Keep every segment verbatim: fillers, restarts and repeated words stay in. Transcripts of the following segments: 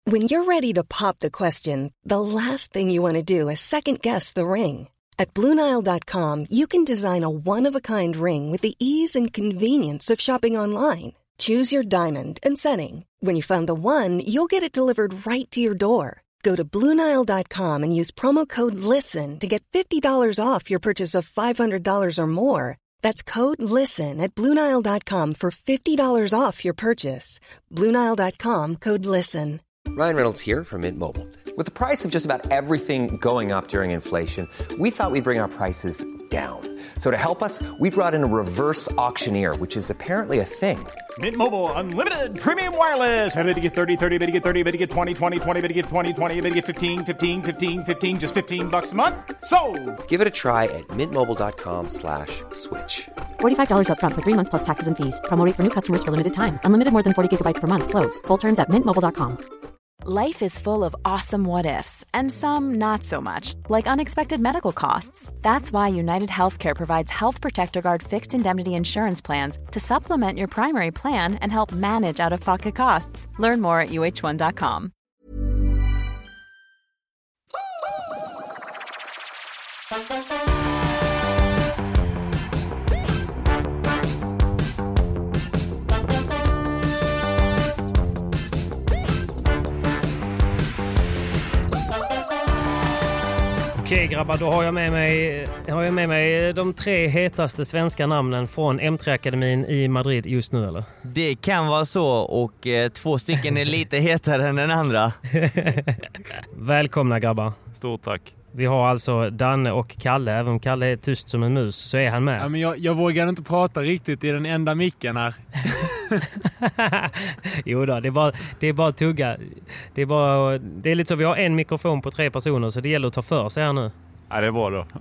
When you're ready to pop the question, the last thing you want to do is second-guess the ring. At Blue Nile dot com, you can design a one-of-a-kind ring with the ease and convenience of shopping online. Choose your diamond and setting. When you find the one, you'll get it delivered right to your door. Go to Blue Nile dot com and use promo code LISTEN to get fifty dollars off your purchase of five hundred dollars or more. That's code LISTEN at Blue Nile dot com for fifty dollars off your purchase. Blue Nile dot com, code LISTEN. Ryan Reynolds here from Mint Mobile. With the price of just about everything going up during inflation, we thought we'd bring our prices down. So to help us, we brought in a reverse auctioneer, which is apparently a thing. Mint Mobile Unlimited Premium Wireless. How to get thirty, thirty, how to get thirty, how to get twenty, twenty, twenty, how to get twenty, twenty, how to get fifteen, fifteen, fifteen, fifteen, just fifteen bucks a month? Sold! Give it a try at mintmobile.com slash switch. forty-five dollars up front for three months plus taxes and fees. Promo rate for new customers for limited time. Unlimited more than forty gigabytes per month. Slows full terms at mint mobile dot com. Life is full of awesome what-ifs, and some not so much, like unexpected medical costs. That's why United Healthcare provides Health Protector Guard fixed indemnity insurance plans to supplement your primary plan and help manage out-of-pocket costs. Learn more at u h one dot com. Okej grabbar, då har jag med mig har jag med mig de tre hetaste svenska namnen från M tre-akademin i Madrid just nu, eller? Det kan vara så, och eh, två stycken är lite hetare än den andra. Välkomna grabbar. Stort tack. Vi har alltså Danne och Kalle. Även om Kalle är tyst som en mus så är han med. Ja, men jag, jag vågar inte prata riktigt i den enda micken här. Jo då, det är bara det är bara tugga. Det är bara det är lite så, vi har en mikrofon på tre personer, så det gäller att ta för sig här nu. Ja, det är bra då.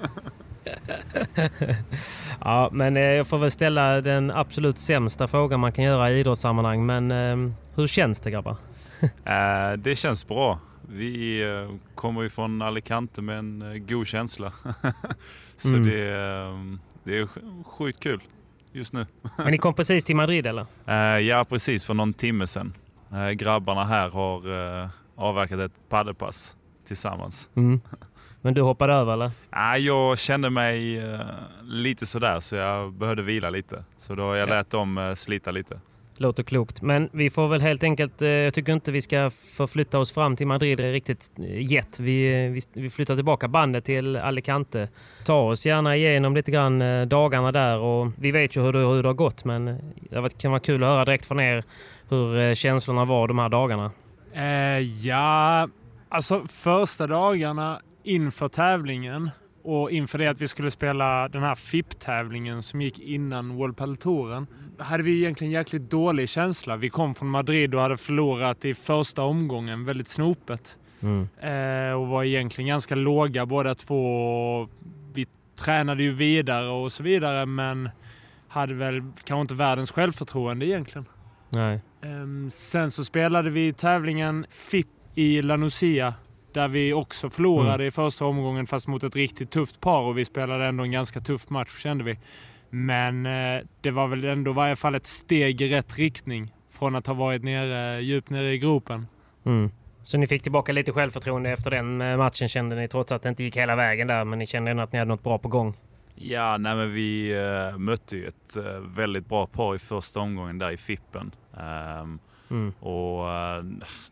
Ja, men eh, jag får väl ställa den absolut sämsta frågan man kan göra i idrottssammanhang. Men eh, hur känns det grabbar? eh, det känns bra. Vi eh, kommer ju från Alicante med en eh, god känsla. Så mm. det, eh, det är sjukt kul just nu. Men ni kom precis till Madrid eller? Eh, ja, precis, för någon timme sedan. Eh, grabbarna här har eh, avverkat ett paddelpass tillsammans. Mm. Men du hoppade över eller? Ja, jag kände mig eh, lite sådär, så jag behövde vila lite. Så då har jag ja. lät dem eh, slita lite. Låter klokt. Men vi får väl helt enkelt, eh, jag tycker inte vi ska förflytta oss fram till Madrid riktigt jätt. Vi, vi, vi flyttar tillbaka bandet till Alicante. Ta oss gärna igenom lite grann eh, dagarna där, och vi vet ju hur det, hur det har gått, men det kan vara kul att höra direkt från er hur eh, känslorna var de här dagarna. Eh, ja, alltså första dagarna inför tävlingen och inför det att vi skulle spela den här F I P-tävlingen som gick innan World Padel-touren, hade vi egentligen jäkligt dålig känsla. Vi kom från Madrid och hade förlorat i första omgången väldigt snopet. Mm. Eh, och var egentligen ganska låga båda två. Vi tränade ju vidare och så vidare, men hade väl kanske inte världens självförtroende egentligen. Nej. Eh, sen så spelade vi tävlingen F I P i La Nucia, där vi också förlorade mm. i första omgången, fast mot ett riktigt tufft par, och vi spelade ändå en ganska tuff match, kände vi. Men eh, det var väl ändå i varje fall ett steg i rätt riktning från att ha varit nere, djupt nere i gropen. Mm. Så ni fick tillbaka lite självförtroende efter den matchen, kände ni, trots att det inte gick hela vägen där, men ni kände ändå att ni hade något bra på gång? Ja, nej, men vi äh, mötte ju ett äh, väldigt bra par i första omgången där i Fippen. Ähm, mm. Och äh,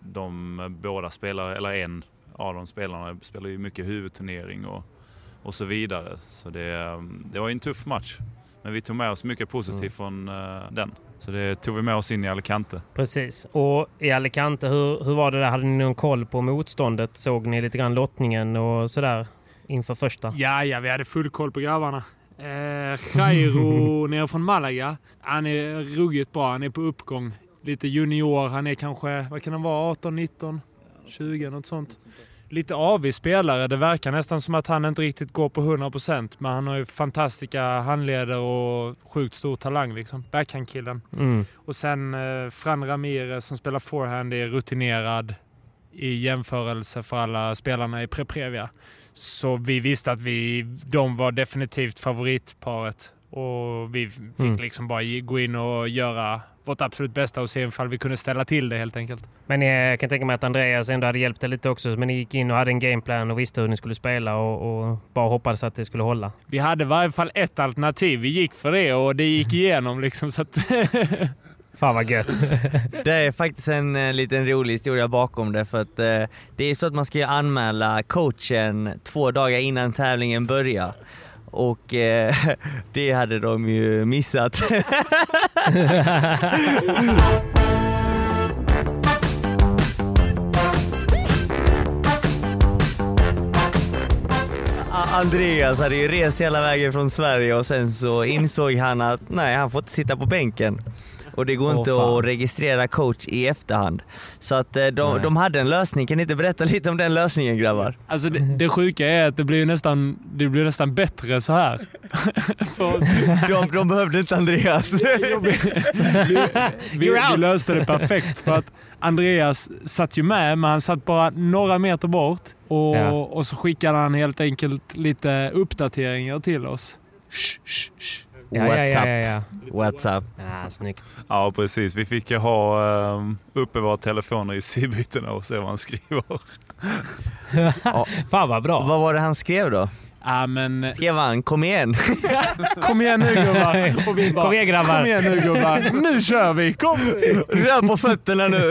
de båda spelare, eller en av de spelarna spelar ju mycket huvudturnering och, och så vidare. Så det, det var en tuff match. Men vi tog med oss mycket positivt mm. från uh, den. Så det tog vi med oss in i Alicante. Precis. Och i Alicante, hur, hur var det där? Hade ni någon koll på motståndet? Såg ni lite grann lottningen och sådär inför första? Ja, ja, vi hade full koll på grabbarna. Eh, Jairo nere från Malaga. Han är ruggigt bra. Han är på uppgång. Lite junior. Han är kanske, vad kan han vara, arton, nitton, tjugo, något sånt. Lite avig spelare. Det verkar nästan som att han inte riktigt går på hundra procent. Men han har ju fantastiska handleder och sjukt stor talang liksom. Backhandkillen. Mm. Och sen eh, Fran Ramirez som spelar forehand är rutinerad i jämförelse för alla spelarna i Pre-Previa. Så vi visste att vi, de var definitivt favoritparet Och vi fick Mm. liksom bara gå in och göra vårt absolut bästa och se ifall vi kunde ställa till det helt enkelt. Men jag kan tänka mig att Andreas ändå hade hjälpt er lite också. Men ni gick in och hade en gameplan och visste hur ni skulle spela och, och bara hoppades att det skulle hålla. Vi hade i varje fall ett alternativ. Vi gick för det och det gick igenom liksom så att... Fan vad gött. Det är faktiskt en eh, liten rolig historia bakom det, för att eh, det är så att man ska ju anmäla coachen två dagar innan tävlingen börjar. Och eh, det hade de ju missat. Andreas hade ju rest hela vägen från Sverige och sen så insåg han att nej, han får inte sitta på bänken. Och det går Åh, inte fan. att registrera coach i efterhand. Så att de, de hade en lösning. Kan ni inte berätta lite om den lösningen, grabbar? Alltså det, det sjuka är att det blir nästan, det blir nästan bättre så här. För, de, de behövde inte Andreas. vi, vi, vi löste det perfekt för att Andreas satt ju med, men han satt bara några meter bort. Och, Ja. och så skickade han helt enkelt lite uppdateringar till oss. Shh, shh, shh. Ja, ja, What's ja, ja, up? What's up? Ja, snyggt. Ja, precis. Vi fick ju ha um, uppe våra telefoner i sidbytena och se vad han skriver. Fan vad bra. Vad var det han skrev då? Ja, men... Skrev han, kom igen. Kom igen nu gubbar. Och vi bara, Kom igen grabbar. Kom igen nu gubbar. Nu kör vi. Kom. Rör på fötterna nu.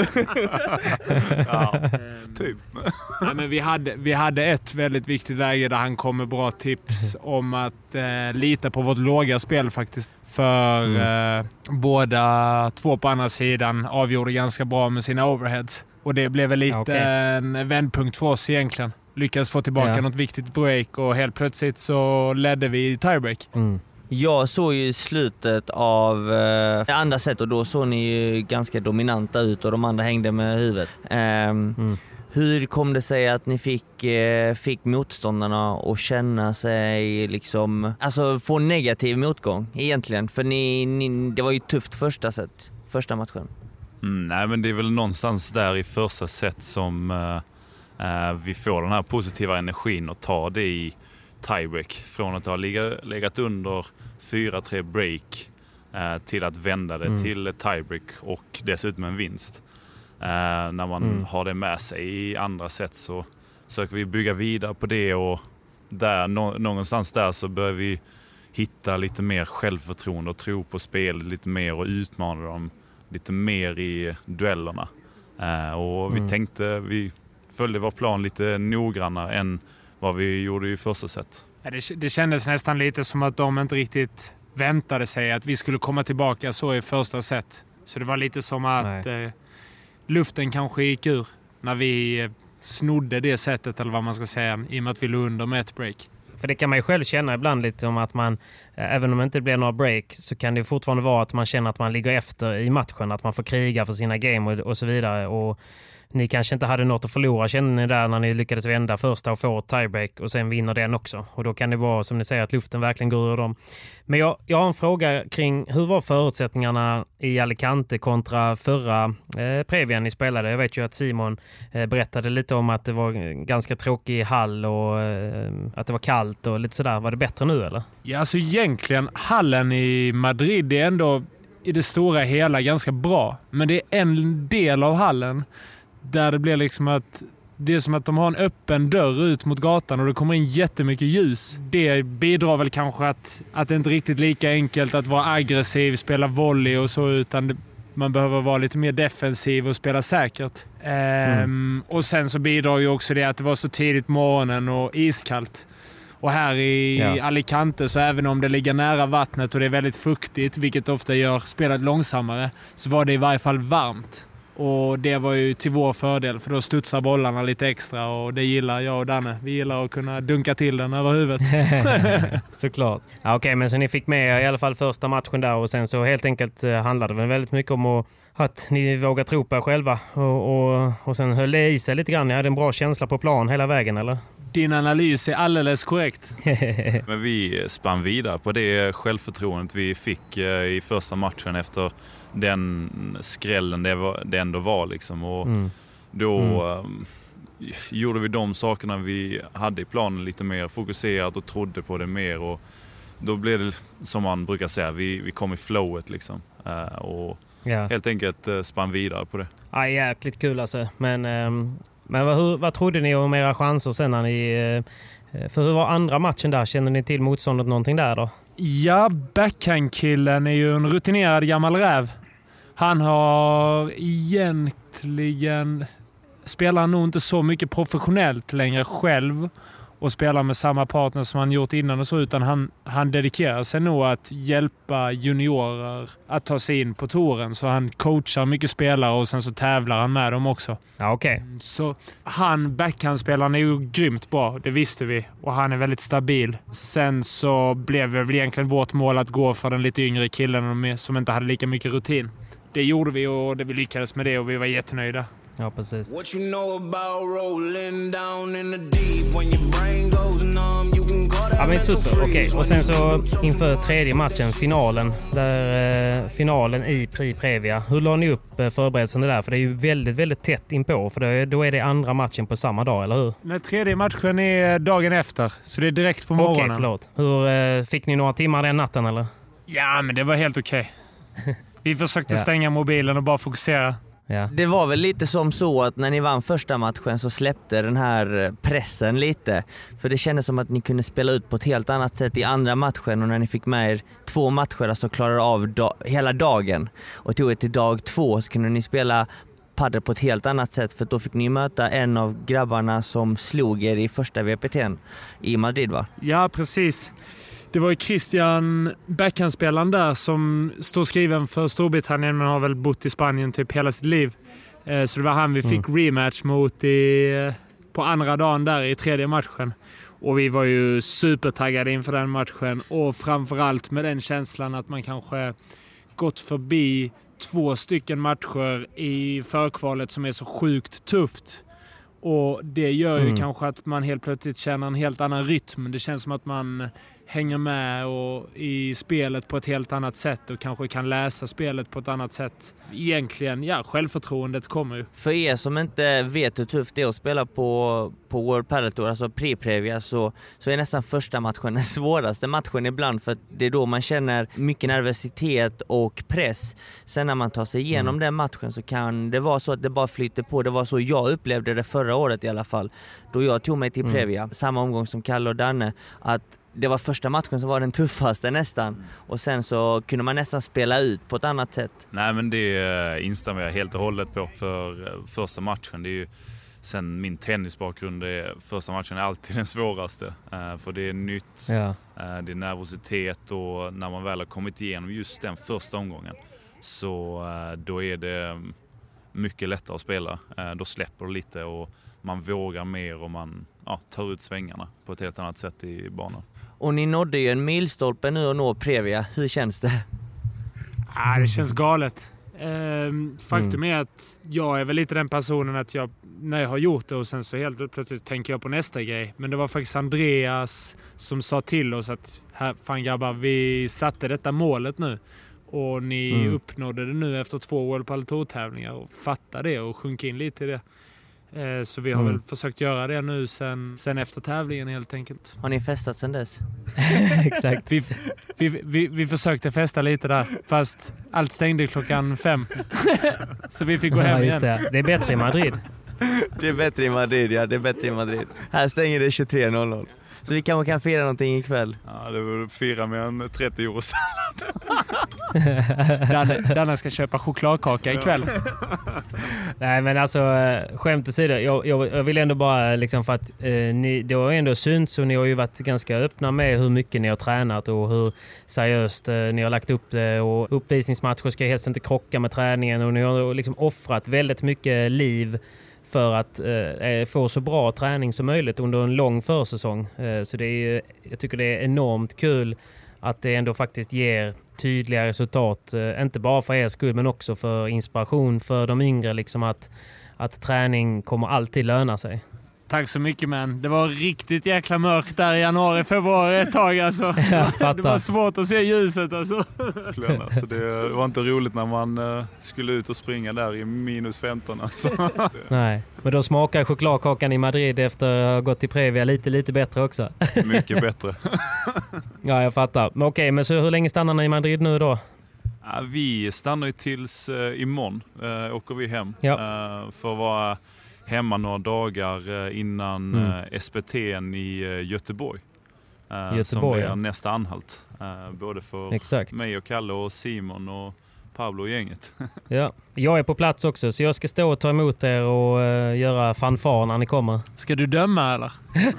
Ja, typ. Ja, men vi, hade, vi hade ett väldigt viktigt läge där han kom med bra tips om att eh, lita på vårt låga spel faktiskt. För mm. eh, båda två på andra sidan avgjorde ganska bra med sina overheads. Och det blev väl lite Okay. en vändpunkt för oss egentligen. Lyckades få tillbaka Ja. något viktigt break och helt plötsligt så ledde vi i tiebreak. Mm. Jag såg ju slutet av eh, andra set och då såg ni ju ganska dominanta ut och de andra hängde med huvudet. Ehm, Mm. Hur kom det sig att ni fick, eh, fick motståndarna att känna sig liksom, alltså få negativ motgång egentligen? För ni, ni, det var ju tufft första set, första matchen. Mm, nej, men det är väl någonstans där i första set som uh, uh, vi får den här positiva energin och tar det i tiebreak. Från att ha legat, legat under fyra tre break uh, till att vända det mm. till ett tiebreak och dessutom en vinst. Uh, när man mm. har det med sig i andra set så söker vi bygga vidare på det och där, nå- någonstans där så börjar vi hitta lite mer självförtroende och tro på spelet lite mer och utmana dem lite mer i duellerna. Uh, och vi mm. tänkte, vi följde vår plan lite noggrannare än vad vi gjorde i första set. Ja, det, det kändes nästan lite som att de inte riktigt väntade sig att vi skulle komma tillbaka så i första set. Så det var lite som att eh, luften kanske gick ur när vi eh, snodde det sättet eller vad man ska säga i och med att vi låg under med ett break. För det kan man ju själv känna ibland lite om att man, även om det inte blir några break, så kan det fortfarande vara att man känner att man ligger efter i matchen, att man får kriga för sina game och, och så vidare. Och ni kanske inte hade något att förlora, känner ni där när ni lyckades vända första och få ett tiebreak och sen vinner den också. Och då kan det vara som ni säger att luften verkligen går ur dem. Men jag, jag har en fråga kring hur var förutsättningarna i Alicante kontra förra eh, Previen ni spelade? Jag vet ju att Simon eh, berättade lite om att det var ganska tråkig hall och eh, att det var kallt och lite sådär. Var det bättre nu eller? Ja, alltså egentligen hallen i Madrid är ändå i det stora hela ganska bra. Men det är en del av hallen där det blir liksom att det är som att de har en öppen dörr ut mot gatan och det kommer in jättemycket ljus. Det bidrar väl kanske att, att det inte är riktigt lika enkelt att vara aggressiv, spela volley och så, utan det, man behöver vara lite mer defensiv och spela säkert. Mm. Ehm, och sen så bidrar ju också det att det var så tidigt morgonen och iskallt. Och här i ja. Alicante, så även om det ligger nära vattnet och det är väldigt fuktigt, vilket ofta gör spelet långsammare, så var det i varje fall varmt. Och det var ju till vår fördel, för då studsar bollarna lite extra och det gillar jag och Danne. Vi gillar att kunna dunka till den över huvudet. Såklart. Ja, okej, okay, men så ni fick med i alla fall första matchen där och sen så helt enkelt handlade det väldigt mycket om att, att ni vågar tro på er själva och, och, och sen höll det i sig lite grann. Ni hade en bra känsla på plan hela vägen, eller? Din analys är alldeles korrekt. Men vi spann vidare på det självförtroendet vi fick i första matchen efter den skrällen det, var, det ändå var. Liksom. Och mm. då mm. Uh, gjorde vi de sakerna vi hade i planen lite mer fokuserat och trodde på det mer. Och då blev det som man brukar säga, vi, vi kom i flowet liksom. Uh, och ja. helt enkelt uh, spann vidare på det. Ja, jäkligt kul alltså. Men, um, men vad, hur, vad trodde ni om era chanser sen när ni... Uh, för hur var andra matchen där? Känner ni till motståndet någonting där då? Ja, backhand-killen är ju en rutinerad gammal räv. Han har egentligen... Spelar nog inte så mycket professionellt längre själv och spelar med samma partner som han gjort innan och så, utan han, han dedikerar sig nog att hjälpa juniorer att ta sig in på touren. Så han coachar mycket spelare och sen så tävlar han med dem också. Ja, okej. Okay. Så han, backhandspelaren, är ju grymt bra, det visste vi. Och han är väldigt stabil. Sen så blev det väl egentligen vårt mål att gå för den lite yngre killen som inte hade lika mycket rutin. Det gjorde vi och det, vi lyckades med det och vi var jättenöjda. Ja, precis. Ja, men super. Okej, okay. Och sen så inför tredje matchen, finalen, där eh, finalen i Prix Previa. Hur la ni upp eh, förberedelsen där? För det är ju väldigt, väldigt tätt inpå. För det, då är det andra matchen på samma dag, eller hur? Den tredje matchen är dagen efter, så det är direkt på morgonen. Okej, okay, förlåt. Hur, eh, fick ni några timmar den natten, eller? Ja, men det var helt okej. Okay. Vi försökte ja. stänga mobilen och bara fokusera. Ja. Det var väl lite som så att när ni vann första matchen så släppte den här pressen lite. För det kändes som att ni kunde spela ut på ett helt annat sätt i andra matchen. Och när ni fick med er två matcher så klarade av da- hela dagen. Och tog er till dag två så kunde ni spela padel på ett helt annat sätt. För då fick ni möta en av grabbarna som slog er i första V P T:n i Madrid, va? Ja, precis. Det var ju Christian, backhandspelaren där, som står skriven för Storbritannien men har väl bott i Spanien typ hela sitt liv. Så det var han vi fick mm. rematch mot i, på andra dagen där i tredje matchen. Och vi var ju supertaggade inför den matchen. Och framförallt med den känslan att man kanske gått förbi två stycken matcher i förkvalet som är så sjukt tufft. Och det gör ju mm. kanske att man helt plötsligt känner en helt annan rytm. Det känns som att man hänger med och i spelet på ett helt annat sätt och kanske kan läsa spelet på ett annat sätt. Egentligen, ja, självförtroendet kommer ju. För er som inte vet hur tufft det är att spela på, på World Padel Tour, alltså Prix Previa, så, så är nästan första matchen den svåraste matchen ibland, för att det är då man känner mycket nervositet och press. Sen när man tar sig igenom mm. den matchen så kan det vara så att det bara flyter på. Det var så jag upplevde det förra året i alla fall, då jag tog mig till Previa, mm. samma omgång som Kalle och Danne, att det var första matchen som var den tuffaste nästan. Mm. Och sen så kunde man nästan spela ut på ett annat sätt. Nej, men det instämmer jag helt och hållet på. För första matchen, det är ju, sen min tennisbakgrund, är, första matchen är alltid den svåraste. För det är nytt, ja. Det är nervositet, och när man väl har kommit igenom just den första omgången så då är det mycket lättare att spela. Då släpper det lite och man vågar mer och man ja, tar ut svängarna på ett helt annat sätt i banan. Och ni nådde ju en milstolpe nu och når Previa. Hur känns det? Ah, det känns galet. Ehm, faktum mm. är att jag är väl lite den personen att jag, när jag har gjort det och sen så helt plötsligt tänker jag på nästa grej. Men det var faktiskt Andreas som sa till oss att här, fan grabbar, vi satte detta målet nu. Och ni mm. uppnådde det nu efter två World Padel Tour-tävlingar och fattade det och sjönk in lite i det. Så vi har mm. väl försökt göra det nu sen, sen efter tävlingen helt enkelt. Har ni festat sen dess? Exakt. Vi, vi, vi, vi försökte festa lite där, fast allt stängde klockan fem. Så vi fick gå hem ja, just igen. Det. det är bättre i Madrid. Det är bättre i Madrid, ja. Det är bättre i Madrid. Här stänger det tjugotre noll noll. Så vi kanske kan fira någonting ikväll. Ja, det var fira med en trettio euro sallad. Danne, Danne ska köpa chokladkaka ikväll. Nej, men alltså skämt åsido, jag, jag, jag vill ändå bara liksom, för att eh, ni, det har ändå synts och ni har ju varit ganska öppna med hur mycket ni har tränat och hur seriöst eh, ni har lagt upp det, och uppvisningsmatcher ska helst inte krocka med träningen, och ni har liksom offrat väldigt mycket liv för att eh, få så bra träning som möjligt under en lång försäsong. Eh, så det är, jag tycker det är enormt kul att det ändå faktiskt ger tydliga resultat. Eh, inte bara för er skull men också för inspiration för de yngre. Liksom att, att träning kommer alltid löna sig. Tack så mycket, men det var riktigt jäkla mörkt där i januari, februari ett tag alltså. Det var svårt att se ljuset alltså. alltså det var inte roligt när man uh, skulle ut och springa där i minus femton alltså. Nej, men då smakar chokladkakan i Madrid efter att ha gått till Previa lite, lite bättre också. Mycket bättre. Ja, jag fattar. Men okej, men så hur länge stannar ni i Madrid nu då? Ja, vi stannar ju tills uh, imorgon uh, åker vi hem ja. uh, för att vara hemma några dagar innan mm. uh, S P T:n i uh, Göteborg. Uh, Göteborg som blir ja. nästa anhalt. Uh, både för Exakt. mig och Kalle och Simon och Pablo och gänget. Ja, jag är på plats också så jag ska stå och ta emot er och uh, göra fanfar när ni kommer. Ska du döma eller?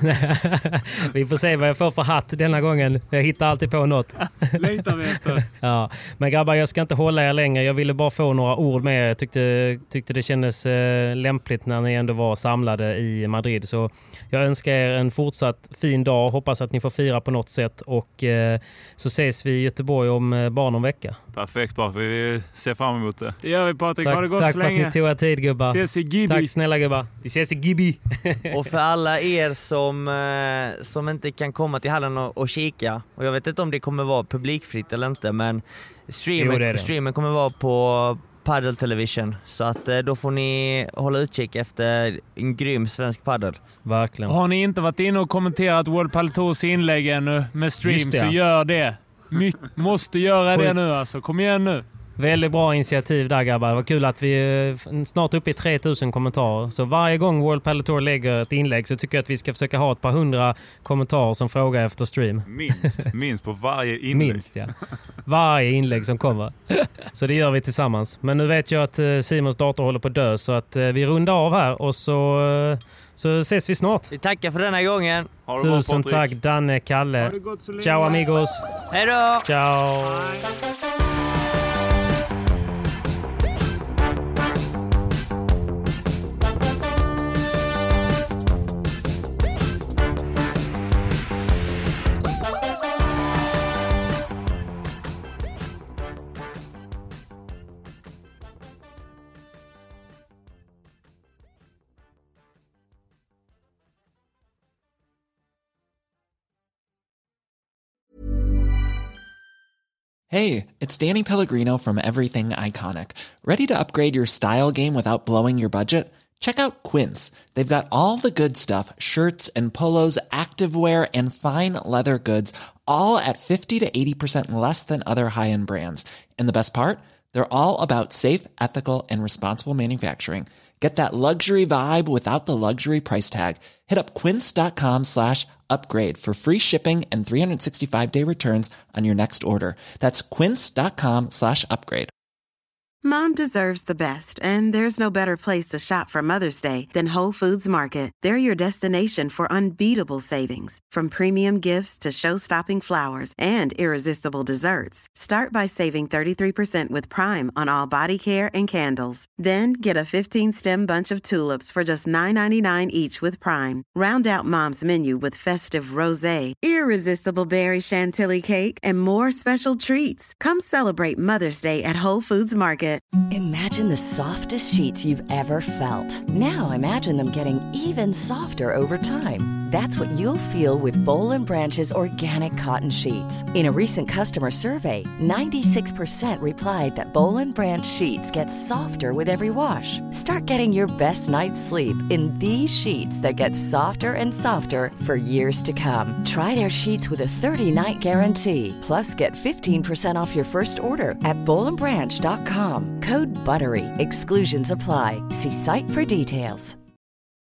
Vi får se vad jag får för hatt denna gången. Jag hittar alltid på något. Längtar vi efter. Ja, men grabbar, jag ska inte hålla er längre. Jag ville bara få några ord med. Jag tyckte, tyckte det kändes uh, lämpligt när ni ändå var samlade i Madrid. Så jag önskar er en fortsatt fin dag. Hoppas att ni får fira på något sätt. Och uh, så ses vi i Göteborg om uh, bara någon vecka. Perfekt, bara. Vi ser fram emot det. Det gör vi, Patrik. Tack, ha det gott tack så för länge. att ni tog er tid, gubbar. Ses i Gibi. Tack snälla gubbar. Vi ses i Gibi. Och för alla er som, eh, som inte kan komma till hallen och, och kika, och jag vet inte om det kommer vara publikfritt eller inte, men streamen, jo, det det. streamen kommer vara på Padel Television, så att eh, då får ni hålla utkik efter en grym svensk paddel. Verkligen. Har ni inte varit inne och kommenterat World Padel Tours inlägg ännu med stream, så gör det. My- måste göra det nu alltså. Kom igen nu. Väldigt bra initiativ där, grabbar. Det var kul att vi är snart uppe i tre tusen kommentarer. Så varje gång World Padel Tour lägger ett inlägg så tycker jag att vi ska försöka ha ett par hundra kommentarer som frågar efter stream. Minst, minst på varje inlägg. Minst, ja. Varje inlägg som kommer. Så det gör vi tillsammans. Men nu vet jag att Simons dator håller på att dö, så att vi rundar av här och så, så ses vi snart. Vi tackar för denna gången. Tusen bra, tack Danne, Kalle. Ciao amigos. Hej då. Ciao. Hey, it's Danny Pellegrino from Everything Iconic. Ready to upgrade your style game without blowing your budget? Check out Quince. They've got all the good stuff, shirts and polos, activewear, and fine leather goods, all at fifty to eighty percent less than other high-end brands. And the best part? They're all about safe, ethical, and responsible manufacturing. Get that luxury vibe without the luxury price tag. Hit up quince.com slash upgrade for free shipping and three sixty-five day returns on your next order. That's quince.com slash upgrade. Mom deserves the best, and there's no better place to shop for Mother's Day than Whole Foods Market. They're your destination for unbeatable savings, from premium gifts to show-stopping flowers and irresistible desserts. Start by saving thirty-three percent with Prime on all body care and candles. Then get a fifteen-stem bunch of tulips for just nine ninety-nine each with Prime. Round out Mom's menu with festive rosé, irresistible berry chantilly cake, and more special treats. Come celebrate Mother's Day at Whole Foods Market. Imagine the softest sheets you've ever felt. Now imagine them getting even softer over time. That's what you'll feel with Boll and Branch's organic cotton sheets. In a recent customer survey, ninety-six percent replied that Boll and Branch sheets get softer with every wash. Start getting your best night's sleep in these sheets that get softer and softer for years to come. Try their sheets with a thirty-night guarantee. Plus, get fifteen percent off your first order at boll and branch dot com. Code BUTTERY. Exclusions apply. See site for details.